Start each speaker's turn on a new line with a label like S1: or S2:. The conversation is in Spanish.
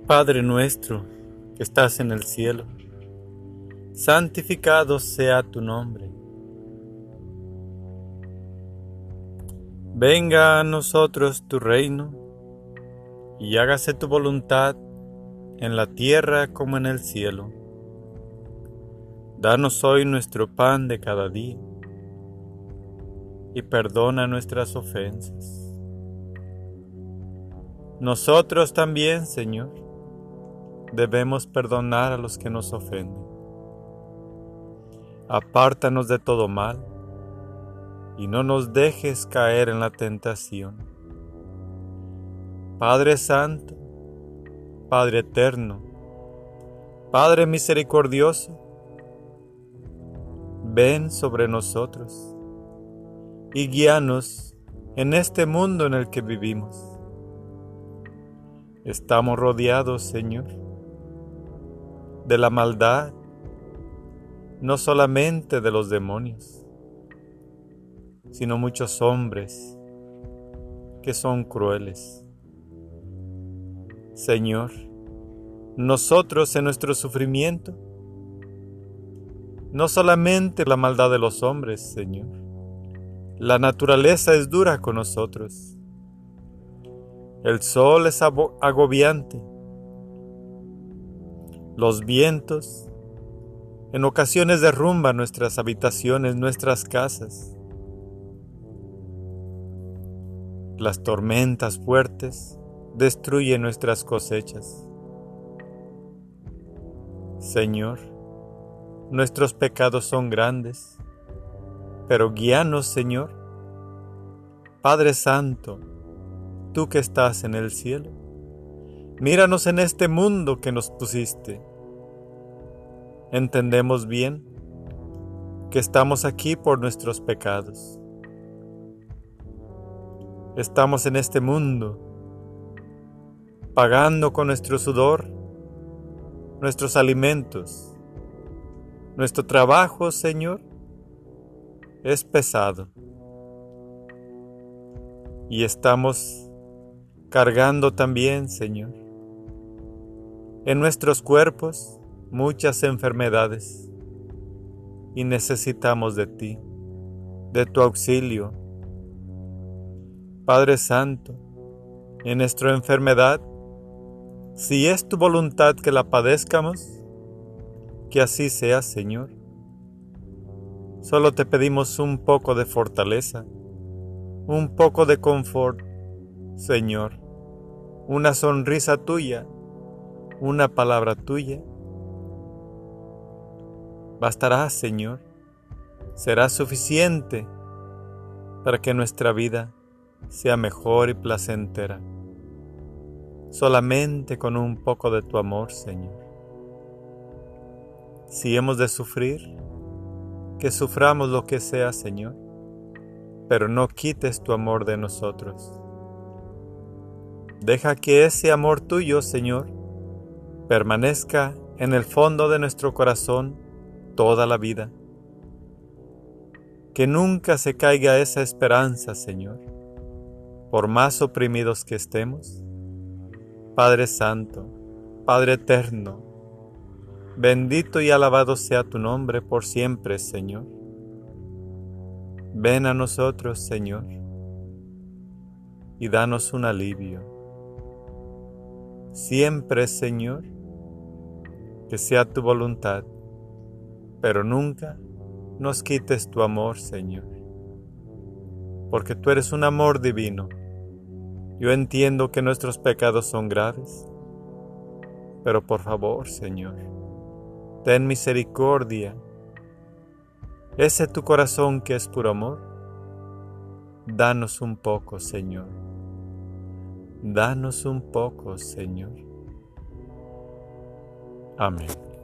S1: Padre nuestro que estás en el cielo, santificado sea tu nombre. Venga a nosotros tu reino, y hágase tu voluntad en la tierra como en el cielo. Danos hoy nuestro pan de cada día, y perdona nuestras ofensas. Nosotros también, Señor, debemos perdonar a los que nos ofenden. Apártanos de todo mal, y no nos dejes caer en la tentación. Padre Santo, Padre Eterno, Padre Misericordioso, ven sobre nosotros y guíanos en este mundo en el que vivimos. Estamos rodeados, Señor, de la maldad, no solamente de los demonios, sino muchos hombres que son crueles. Señor, nosotros en nuestro sufrimiento, no solamente la maldad de los hombres, Señor, la naturaleza es dura con nosotros. El sol es agobiante. Los vientos en ocasiones derrumban nuestras habitaciones, nuestras casas. Las tormentas fuertes destruyen nuestras cosechas. Señor, nuestros pecados son grandes, pero guíanos, Señor. Padre Santo, tú que estás en el cielo, míranos en este mundo que nos pusiste. Entendemos bien que estamos aquí por nuestros pecados. Estamos en este mundo pagando con nuestro sudor nuestros alimentos. Nuestro trabajo, Señor, es pesado. Y estamos cargando también, Señor, en nuestros cuerpos muchas enfermedades. Y necesitamos de ti, de tu auxilio. Padre Santo, en nuestra enfermedad, si es tu voluntad que la padezcamos, que así sea, Señor. Solo te pedimos un poco de fortaleza, un poco de confort, Señor, una sonrisa tuya, una palabra tuya. Bastará, Señor, será suficiente para que nuestra vida sea mejor y placentera. Solamente con un poco de tu amor, Señor. Si hemos de sufrir, que suframos lo que sea, Señor, pero no quites tu amor de nosotros. Deja que ese amor tuyo, Señor, permanezca en el fondo de nuestro corazón toda la vida. Que nunca se caiga esa esperanza, Señor, por más oprimidos que estemos. Padre Santo, Padre Eterno, bendito y alabado sea tu nombre por siempre, Señor. Ven a nosotros, Señor, y danos un alivio. Siempre, Señor, que sea tu voluntad, pero nunca nos quites tu amor, Señor, porque tú eres un amor divino. Yo entiendo que nuestros pecados son graves, pero por favor, Señor, ten misericordia. Ese tu corazón que es puro amor, danos un poco, Señor. Danos un poco, Señor. Amén.